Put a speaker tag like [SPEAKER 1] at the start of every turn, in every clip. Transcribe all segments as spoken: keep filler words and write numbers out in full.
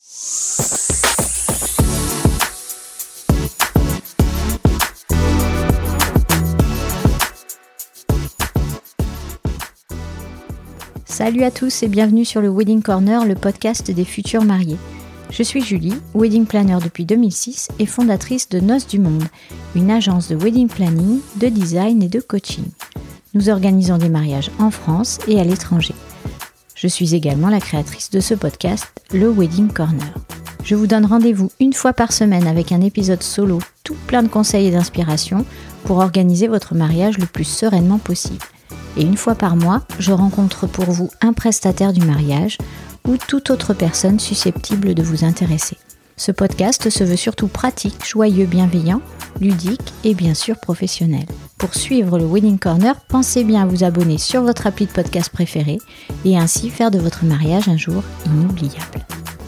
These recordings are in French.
[SPEAKER 1] Salut à tous et bienvenue sur le Wedding Corner, le podcast des futurs mariés. Je suis Julie, wedding planner depuis deux mille six et fondatrice de Noces du Monde, une agence de wedding planning, de design et de coaching. Nous organisons des mariages en France et à l'étranger. Je suis également la créatrice de ce podcast, le Wedding Corner. Je vous donne rendez-vous une fois par semaine avec un épisode solo tout plein de conseils et d'inspiration pour organiser votre mariage le plus sereinement possible. Et une fois par mois, je rencontre pour vous un prestataire du mariage ou toute autre personne susceptible de vous intéresser. Ce podcast se veut surtout pratique, joyeux, bienveillant, ludique et bien sûr professionnel. Pour suivre le Wedding Corner, pensez bien à vous abonner sur votre appli de podcast préféré et ainsi faire de votre mariage un jour inoubliable.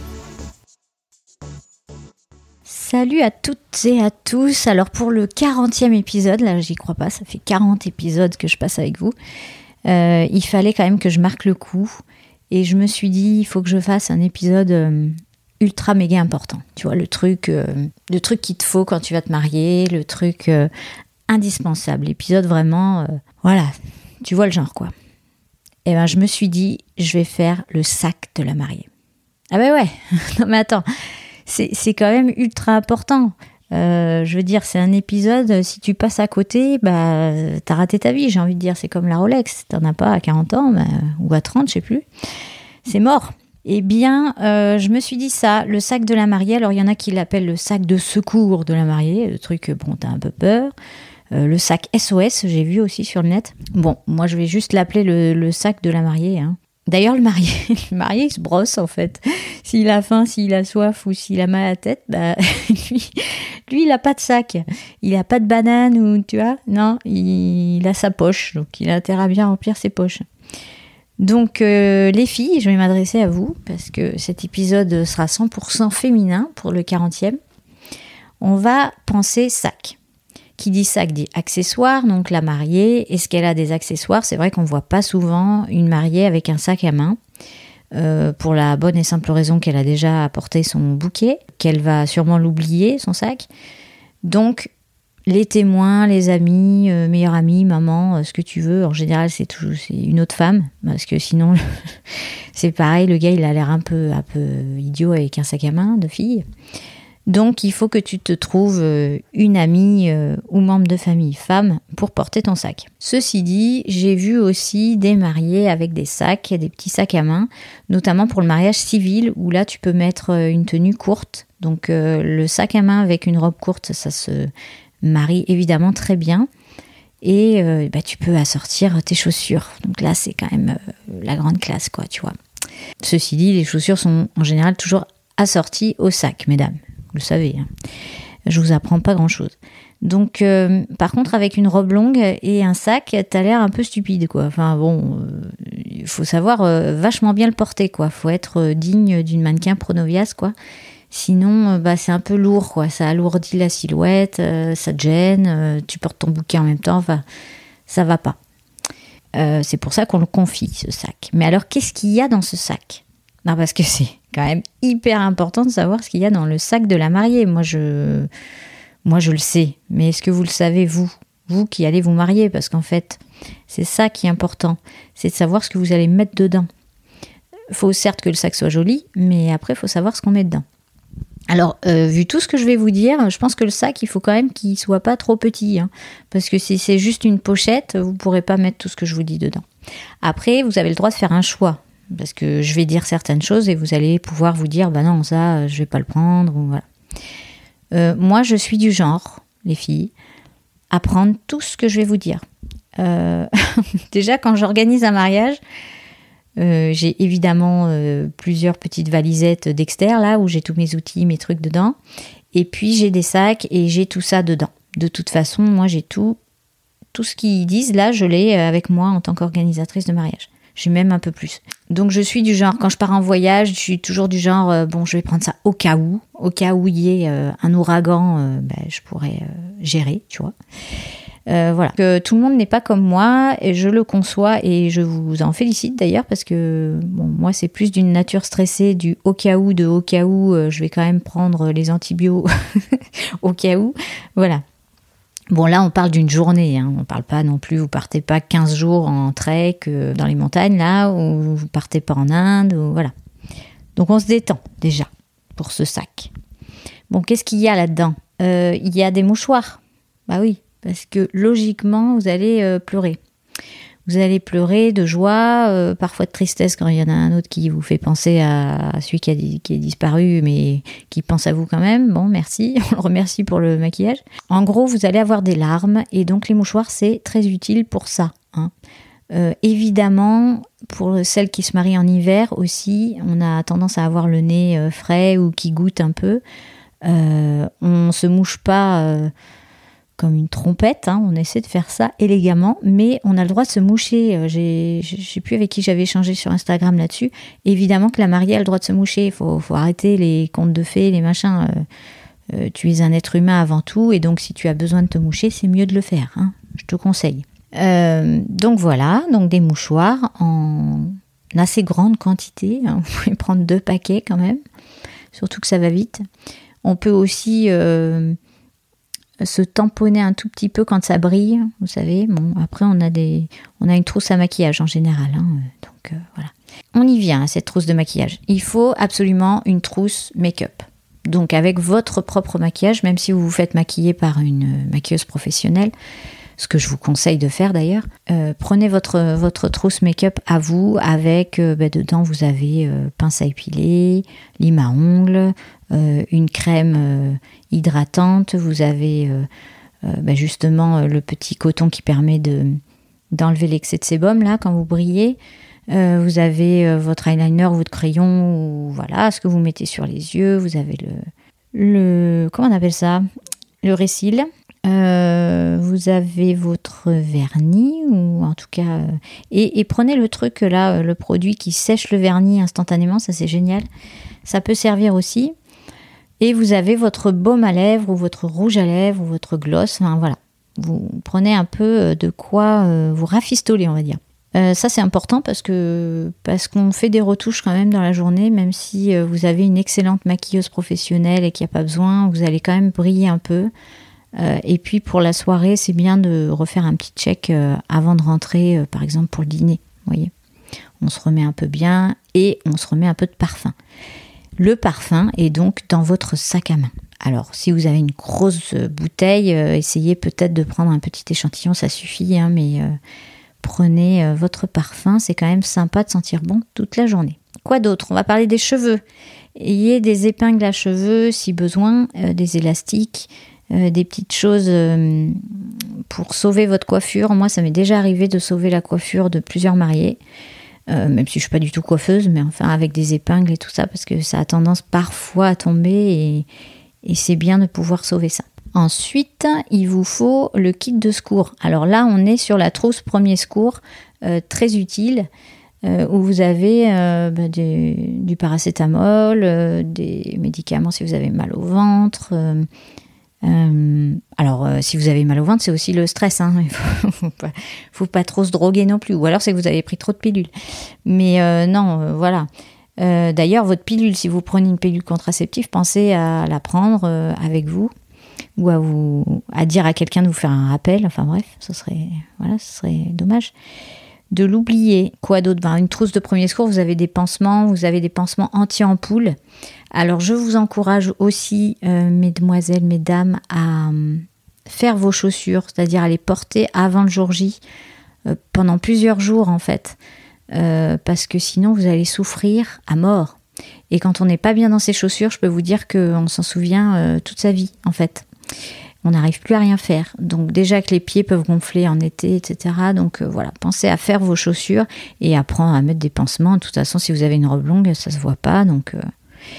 [SPEAKER 1] Salut à toutes et à tous. Alors pour le quarantième épisode, là j'y crois pas, ça fait quarante épisodes que je passe avec vous, euh, il fallait quand même que je marque le coup et je me suis dit il faut que je fasse un épisode euh, ultra méga important. Tu vois, le truc, euh, le truc qu'il te faut quand tu vas te marier, le truc euh, indispensable, l'épisode vraiment, euh, voilà, tu vois le genre quoi. Et ben je me suis dit je vais faire le sac de la mariée. Ah ben ouais, non mais attends. C'est, c'est quand même ultra important. Euh, je veux dire, c'est un épisode, si tu passes à côté, bah, t'as raté ta vie, j'ai envie de dire. C'est comme la Rolex. T'en as pas à quarante ans, bah, ou à trente, je sais plus. C'est mort. Eh bien, euh, je me suis dit ça, le sac de la mariée. Alors, il y en a qui l'appellent le sac de secours de la mariée. Le truc, bon, t'as un peu peur. Euh, le sac S O S, j'ai vu aussi sur le net. Bon, moi, je vais juste l'appeler le, le sac de la mariée, hein. D'ailleurs, le marié, le marié, il se brosse, en fait. S'il a faim, s'il a soif ou s'il a mal à la tête, bah, lui, lui, il a pas de sac. Il a pas de banane ou, tu vois, non, il, il a sa poche. Donc, il a intérêt à bien remplir ses poches. Donc, euh, les filles, je vais m'adresser à vous parce que cet épisode sera cent pour cent féminin pour le quarantième. On va penser sac. Qui dit sac dit accessoires, donc la mariée, est-ce qu'elle a des accessoires ? C'est vrai qu'on ne voit pas souvent une mariée avec un sac à main, euh, pour la bonne et simple raison qu'elle a déjà apporté son bouquet, qu'elle va sûrement l'oublier, son sac. Donc, les témoins, les amis, euh, meilleurs amis, maman, euh, ce que tu veux, en général, c'est, toujours, c'est une autre femme, parce que sinon, c'est pareil, le gars, il a l'air un peu, un peu idiot avec un sac à main de fille. Donc, il faut que tu te trouves une amie euh, ou membre de famille femme pour porter ton sac. Ceci dit, j'ai vu aussi des mariés avec des sacs, des petits sacs à main, notamment pour le mariage civil, où là, tu peux mettre une tenue courte. Donc, euh, le sac à main avec une robe courte, ça se marie évidemment très bien. Et euh, bah, tu peux assortir tes chaussures. Donc là, c'est quand même euh, la grande classe, quoi, tu vois. Ceci dit, les chaussures sont en général toujours assorties au sac, mesdames. Vous le savez, hein. Je vous apprends pas grand-chose. Donc, euh, par contre, avec une robe longue et un sac, t'as l'air un peu stupide, quoi. Enfin bon, il euh, faut savoir euh, vachement bien le porter, quoi. Faut être euh, digne d'une mannequin Pronovias, quoi. Sinon, euh, bah c'est un peu lourd, quoi. Ça alourdit la silhouette, euh, ça te gêne. Euh, tu portes ton bouquet en même temps. Enfin, ça va pas. Euh, c'est pour ça qu'on le confie, ce sac. Mais alors, qu'est-ce qu'il y a dans ce sac ? Non, parce que c'est quand même hyper important de savoir ce qu'il y a dans le sac de la mariée. Moi, je, moi, je le sais. Mais est-ce que vous le savez, vous ? Vous qui allez vous marier ? Parce qu'en fait, c'est ça qui est important. C'est de savoir ce que vous allez mettre dedans. Il faut certes que le sac soit joli, mais après, il faut savoir ce qu'on met dedans. Alors, euh, vu tout ce que je vais vous dire, je pense que le sac, il faut quand même qu'il ne soit pas trop petit. Hein, parce que si c'est juste une pochette, vous ne pourrez pas mettre tout ce que je vous dis dedans. Après, vous avez le droit de faire un choix. Parce que je vais dire certaines choses et vous allez pouvoir vous dire bah non, ça, je vais pas le prendre. Ou voilà. Euh, moi, je suis du genre, les filles, à prendre tout ce que je vais vous dire. Euh, déjà, quand j'organise un mariage, euh, j'ai évidemment euh, plusieurs petites valisettes Dexter, là, où j'ai tous mes outils, mes trucs dedans. Et puis, j'ai des sacs et j'ai tout ça dedans. De toute façon, moi, j'ai tout. Tout ce qu'ils disent, là, je l'ai avec moi en tant qu'organisatrice de mariage. J'ai même un peu plus. Donc, je suis du genre, quand je pars en voyage, je suis toujours du genre, euh, bon, je vais prendre ça au cas où. Au cas où il y ait euh, un ouragan, euh, ben, je pourrais euh, gérer, tu vois. Euh, voilà. Que tout le monde n'est pas comme moi, et je le conçois et je vous en félicite d'ailleurs parce que bon, moi c'est plus d'une nature stressée, du au cas où, de au cas où, euh, je vais quand même prendre les antibiotiques au cas où. Voilà. Bon, là on parle d'une journée, hein. On parle pas non plus, vous partez pas quinze jours en trek euh, dans les montagnes là, ou vous partez pas en Inde, ou voilà. Donc on se détend déjà pour ce sac. Bon, qu'est-ce qu'il y a là-dedans ? euh, Il y a des mouchoirs. Bah oui. Parce que logiquement, vous allez euh, pleurer. Vous allez pleurer de joie, euh, parfois de tristesse quand il y en a un autre qui vous fait penser à, à celui qui a, qui a disparu, mais qui pense à vous quand même. Bon, merci, on le remercie pour le maquillage. En gros, vous allez avoir des larmes et donc les mouchoirs, c'est très utile pour ça. Hein. Euh, évidemment, pour celles qui se marient en hiver aussi, on a tendance à avoir le nez euh, frais ou qui goûte un peu. Euh, on ne se mouche pas... Euh, comme une trompette, hein, on essaie de faire ça élégamment, mais on a le droit de se moucher. J'ai, je ne sais plus avec qui j'avais échangé sur Instagram là-dessus. Évidemment que la mariée a le droit de se moucher. Il faut, faut arrêter les contes de fées, les machins. Euh, euh, tu es un être humain avant tout, et donc si tu as besoin de te moucher, c'est mieux de le faire. Hein, je te conseille. Euh, donc voilà, donc des mouchoirs en assez grande quantité. Hein, vous pouvez prendre deux paquets quand même, surtout que ça va vite. On peut aussi... Euh, se tamponner un tout petit peu quand ça brille, vous savez. Bon, après, on a, des, on a une trousse à maquillage en général. Hein, donc, euh, voilà. On y vient à cette trousse de maquillage. Il faut absolument une trousse make-up. Donc, avec votre propre maquillage, même si vous vous faites maquiller par une maquilleuse professionnelle, ce que je vous conseille de faire d'ailleurs, euh, prenez votre, votre trousse make-up à vous avec, euh, bah, dedans, vous avez euh, pince à épiler, lime à ongles, euh, une crème euh, hydratante, vous avez euh, euh, bah, justement euh, le petit coton qui permet de, d'enlever l'excès de sébum là quand vous brillez, euh, vous avez euh, votre eyeliner, votre crayon, ou, voilà, ce que vous mettez sur les yeux, vous avez le, le comment on appelle ça, le récil. Euh, vous avez votre vernis, ou en tout cas, euh, et, et prenez le truc là, le produit qui sèche le vernis instantanément, ça c'est génial, ça peut servir aussi. Et vous avez votre baume à lèvres, ou votre rouge à lèvres, ou votre gloss, enfin voilà, vous prenez un peu de quoi euh, vous rafistoler, on va dire. Euh, ça c'est important parce que parce qu'on fait des retouches quand même dans la journée, même si euh, vous avez une excellente maquilleuse professionnelle et qu'il n'y a pas besoin, vous allez quand même briller un peu. Euh, et puis pour la soirée, c'est bien de refaire un petit check euh, avant de rentrer, euh, par exemple pour le dîner. Vous voyez, on se remet un peu bien et on se remet un peu de parfum. Le parfum est donc dans votre sac à main. Alors, si vous avez une grosse bouteille, euh, essayez peut-être de prendre un petit échantillon, ça suffit, hein, mais euh, prenez euh, votre parfum, c'est quand même sympa de sentir bon toute la journée. Quoi d'autre ? On va parler des cheveux. Ayez des épingles à cheveux si besoin, euh, des élastiques, Euh, des petites choses euh, pour sauver votre coiffure. Moi, ça m'est déjà arrivé de sauver la coiffure de plusieurs mariés, euh, même si je ne suis pas du tout coiffeuse, mais enfin avec des épingles et tout ça, parce que ça a tendance parfois à tomber et, et c'est bien de pouvoir sauver ça. Ensuite, il vous faut le kit de secours. Alors là, on est sur la trousse premier secours, euh, très utile, euh, où vous avez euh, bah, du, du paracétamol, euh, des médicaments si vous avez mal au ventre. Euh, Euh, alors, euh, si vous avez mal au ventre, c'est aussi le stress. Hein. Il faut, faut, pas, faut pas trop se droguer non plus. Ou alors, c'est que vous avez pris trop de pilules. Mais euh, non, euh, voilà. Euh, d'ailleurs, votre pilule, si vous prenez une pilule contraceptive, pensez à la prendre euh, avec vous ou à, vous, à dire à quelqu'un de vous faire un rappel. Enfin bref, ce serait, voilà, ce serait dommage de l'oublier. Quoi d'autre ? Ben, une trousse de premier secours, vous avez des pansements, vous avez des pansements anti-ampoule. Alors, je vous encourage aussi, euh, mesdemoiselles, mesdames, à euh, faire vos chaussures, c'est-à-dire à les porter avant le jour J, euh, pendant plusieurs jours en fait, euh, parce que sinon vous allez souffrir à mort. Et quand on n'est pas bien dans ses chaussures, je peux vous dire qu'on s'en souvient euh, toute sa vie en fait. On n'arrive plus à rien faire. Donc déjà que les pieds peuvent gonfler en été, et cetera. Donc euh, voilà, pensez à faire vos chaussures et à prendre à mettre des pansements. De toute façon, si vous avez une robe longue, ça se voit pas. Donc euh,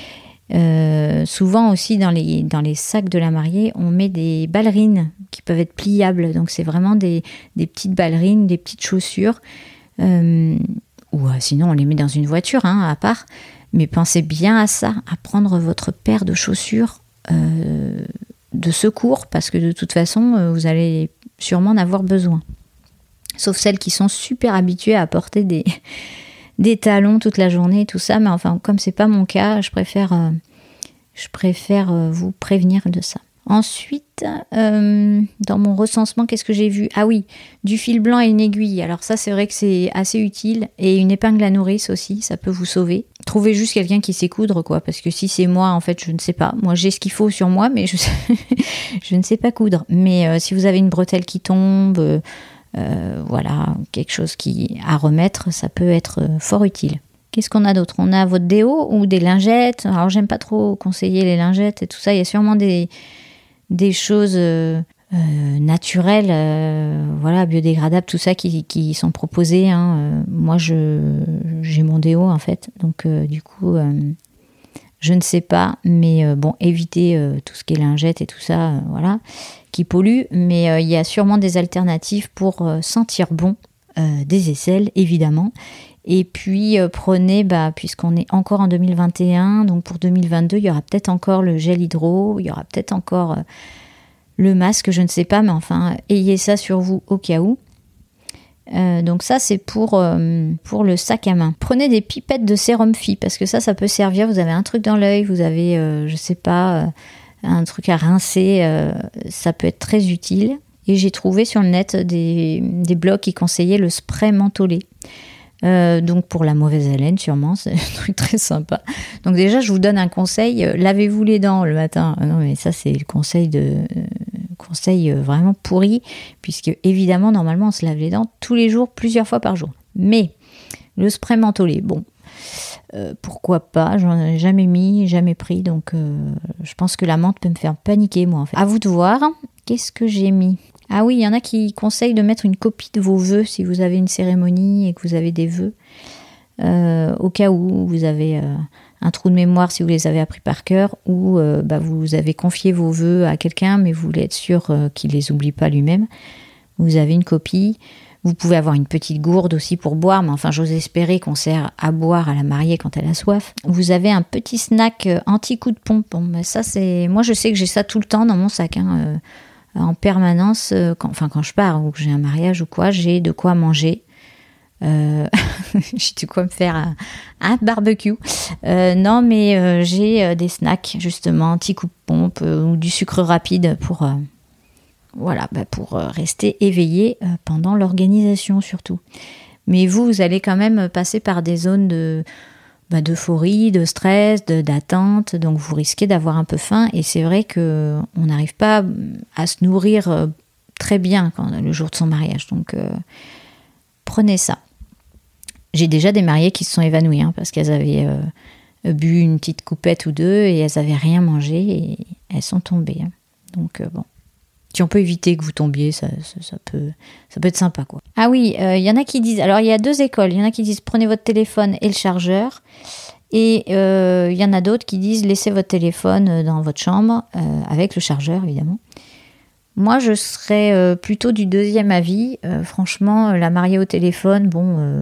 [SPEAKER 1] euh, souvent aussi dans les dans les sacs de la mariée, on met des ballerines qui peuvent être pliables. Donc c'est vraiment des des petites ballerines, des petites chaussures. Euh, ou euh, sinon on les met dans une voiture, hein, à part. Mais pensez bien à ça, à prendre votre paire de chaussures. Euh, de secours, parce que de toute façon vous allez sûrement en avoir besoin. Sauf celles qui sont super habituées à porter des, des talons toute la journée et tout ça. Mais enfin, comme c'est pas mon cas, je préfère, euh, je préfère euh, vous prévenir de ça. Ensuite, euh, dans mon recensement, qu'est-ce que j'ai vu ? Ah oui, du fil blanc et une aiguille. Alors ça, c'est vrai que c'est assez utile. Et une épingle à nourrice aussi, ça peut vous sauver. Trouvez juste quelqu'un qui sait coudre, quoi. Parce que si c'est moi, en fait, je ne sais pas. Moi, j'ai ce qu'il faut sur moi, mais je, je ne sais pas coudre. Mais euh, si vous avez une bretelle qui tombe, euh, euh, voilà, quelque chose qui à remettre, ça peut être euh, fort utile. Qu'est-ce qu'on a d'autre ? On a votre déo ou des lingettes. Alors, j'aime pas trop conseiller les lingettes et tout ça. Il y a sûrement des... des choses euh, euh, naturelles, euh, voilà, biodégradables, tout ça qui, qui sont proposées. Hein. Euh, moi, je, j'ai mon déo, en fait. Donc, euh, du coup, euh, je ne sais pas. Mais euh, bon, évitez euh, tout ce qui est lingettes et tout ça, euh, voilà, qui pollue. Mais euh, il y a sûrement des alternatives pour euh, sentir bon. Euh, des aisselles, évidemment. Et puis, euh, prenez, bah, puisqu'on est encore en deux mille vingt et un, donc pour deux mille vingt-deux, il y aura peut-être encore le gel hydro, il y aura peut-être encore euh, le masque, je ne sais pas, mais enfin, ayez ça sur vous au cas où. Euh, donc ça, c'est pour, euh, pour le sac à main. Prenez des pipettes de sérum Phi, parce que ça, ça peut servir. Vous avez un truc dans l'œil, vous avez, euh, je ne sais pas, euh, un truc à rincer, euh, ça peut être très utile. Et j'ai trouvé sur le net des, des blogs qui conseillaient le spray mentholé. Euh, donc pour la mauvaise haleine sûrement, c'est un truc très sympa. Donc déjà je vous donne un conseil, euh, lavez-vous les dents le matin. Non mais ça c'est le conseil de euh, conseil euh, vraiment pourri, puisque évidemment normalement on se lave les dents tous les jours, plusieurs fois par jour. Mais le spray mentholé, bon, euh, pourquoi pas, j'en ai jamais mis, jamais pris, donc euh, je pense que la menthe peut me faire paniquer moi en fait. À vous de voir. Qu'est-ce que j'ai mis ? Ah oui, il y en a qui conseillent de mettre une copie de vos vœux si vous avez une cérémonie et que vous avez des vœux. Euh, au cas où vous avez euh, un trou de mémoire, si vous les avez appris par cœur, ou euh, bah, vous avez confié vos vœux à quelqu'un, mais vous voulez être sûr euh, qu'il ne les oublie pas lui-même. Vous avez une copie. Vous pouvez avoir une petite gourde aussi pour boire, mais enfin, j'ose espérer qu'on sert à boire à la mariée quand elle a soif. Vous avez un petit snack anti-coup de pompe. Bon, bah, ça, c'est... Moi, je sais que j'ai ça tout le temps dans mon sac, hein, euh, en permanence, euh, quand, enfin quand je pars ou que j'ai un mariage ou quoi, j'ai de quoi manger. Euh, j'ai de quoi me faire un, un barbecue. Euh, non, mais euh, j'ai euh, des snacks, justement, un petit coup de pompe euh, ou du sucre rapide pour, euh, voilà, bah, pour euh, rester éveillé euh, pendant l'organisation surtout. Mais vous, vous allez quand même passer par des zones de... Bah, d'euphorie, de stress, de, d'attente, donc vous risquez d'avoir un peu faim, et c'est vrai qu'on n'arrive pas à se nourrir très bien quand, le jour de son mariage, donc euh, prenez ça. J'ai déjà des mariées qui se sont évanouies, hein, parce qu'elles avaient euh, bu une petite coupette ou deux, et elles n'avaient rien mangé, et elles sont tombées. Hein. Donc euh, bon, si on peut éviter que vous tombiez, ça, ça, ça, peut, ça peut être sympa, quoi. Ah oui, il euh, y en a qui disent... Alors, il y a deux écoles. Il y en a qui disent prenez votre téléphone et le chargeur. Et il euh, y en a d'autres qui disent laissez votre téléphone dans votre chambre, euh, avec le chargeur, évidemment. Moi, je serais euh, plutôt du deuxième avis. Euh, franchement, la mariée au téléphone, bon... Euh,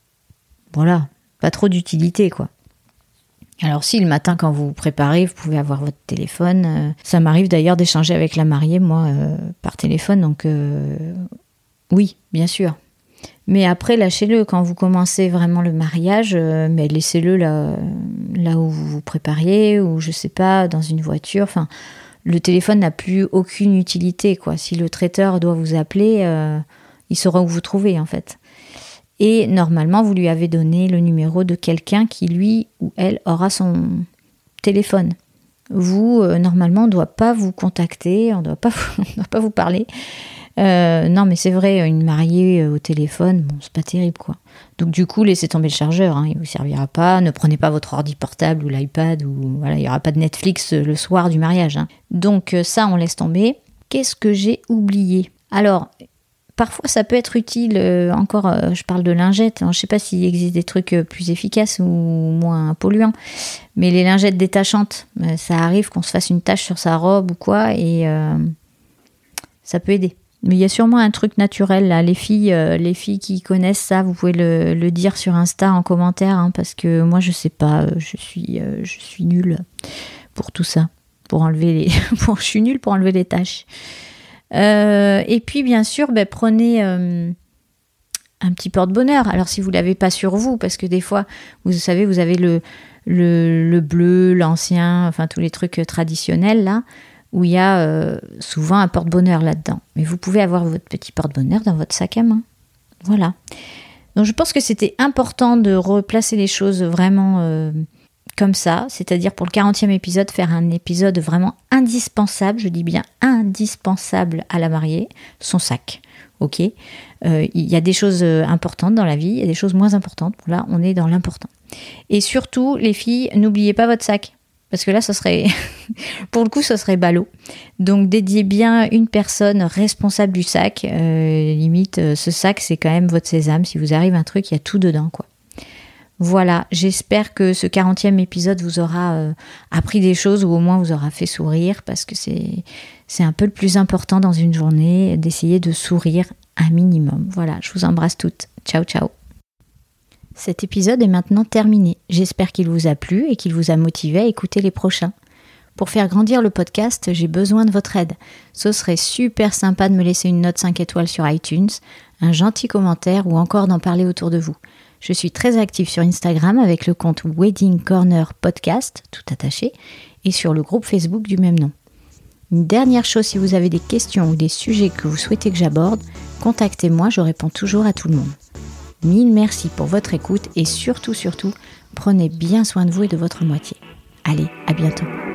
[SPEAKER 1] voilà, pas trop d'utilité, quoi. Alors si, le matin, quand vous vous préparez, vous pouvez avoir votre téléphone. Euh, ça m'arrive d'ailleurs d'échanger avec la mariée, moi, euh, par téléphone. Donc, euh, oui, bien sûr. Mais après, lâchez-le. Quand vous commencez vraiment le mariage, euh, mais laissez-le là, là où vous vous prépariez, ou je sais pas, dans une voiture. Enfin, le téléphone n'a plus aucune utilité, quoi. Si le traiteur doit vous appeler, euh, il saura où vous trouver, en fait. Et normalement, vous lui avez donné le numéro de quelqu'un qui, lui ou elle, aura son téléphone. Vous, euh, normalement, on ne doit pas vous contacter, on ne doit pas vous, on doit pas vous parler. Euh, non, mais c'est vrai, une mariée au téléphone, bon, c'est pas terrible, quoi. Donc du coup, laissez tomber le chargeur, hein, il ne vous servira pas. Ne prenez pas votre ordi portable ou l'iPad, ou voilà, il n'y aura pas de Netflix le soir du mariage. Hein. Donc ça, on laisse tomber. Qu'est-ce que j'ai oublié ? Alors... Parfois, ça peut être utile, euh, encore, euh, je parle de lingettes, hein, je ne sais pas s'il existe des trucs euh, plus efficaces ou moins polluants, mais les lingettes détachantes, euh, ça arrive qu'on se fasse une tache sur sa robe ou quoi, et euh, ça peut aider. Mais il y a sûrement un truc naturel, là. Les filles, euh, les filles qui connaissent ça, vous pouvez le, le dire sur Insta en commentaire, hein, parce que moi, je ne sais pas, euh, je suis, euh, je suis nulle pour tout ça, pour enlever les... je suis nulle pour enlever les taches. Euh, et puis, bien sûr, ben, prenez euh, un petit porte-bonheur. Alors, si vous ne l'avez pas sur vous, parce que des fois, vous savez, vous avez le, le, le bleu, l'ancien, enfin, tous les trucs traditionnels, là, où il y a euh, souvent un porte-bonheur là-dedans. Mais vous pouvez avoir votre petit porte-bonheur dans votre sac à main. Voilà. Donc, je pense que c'était important de replacer les choses vraiment euh, comme ça, c'est-à-dire pour le quarantième épisode, faire un épisode vraiment indispensable, je dis bien indispensable à la mariée, son sac. Ok, euh, il y a des choses importantes dans la vie, il y a des choses moins importantes. Là, on est dans l'important. Et surtout, les filles, n'oubliez pas votre sac. Parce que là, ça serait, pour le coup, ça serait ballot. Donc, dédiez bien une personne responsable du sac. Euh, limite, euh, ce sac, c'est quand même votre sésame. Si vous arrive un truc, il y a tout dedans, quoi. Voilà, j'espère que ce quarantième épisode vous aura euh, appris des choses ou au moins vous aura fait sourire parce que c'est, c'est un peu le plus important dans une journée, d'essayer de sourire un minimum. Voilà, je vous embrasse toutes. Ciao, ciao. Cet épisode est maintenant terminé. J'espère qu'il vous a plu et qu'il vous a motivé à écouter les prochains. Pour faire grandir le podcast, j'ai besoin de votre aide. Ce serait super sympa de me laisser une note cinq étoiles sur iTunes, un gentil commentaire ou encore d'en parler autour de vous. Je suis très active sur Instagram avec le compte Wedding Corner Podcast, tout attaché, et sur le groupe Facebook du même nom. Une dernière chose, si vous avez des questions ou des sujets que vous souhaitez que j'aborde, contactez-moi, je réponds toujours à tout le monde. Mille merci pour votre écoute et surtout, surtout, prenez bien soin de vous et de votre moitié. Allez, à bientôt.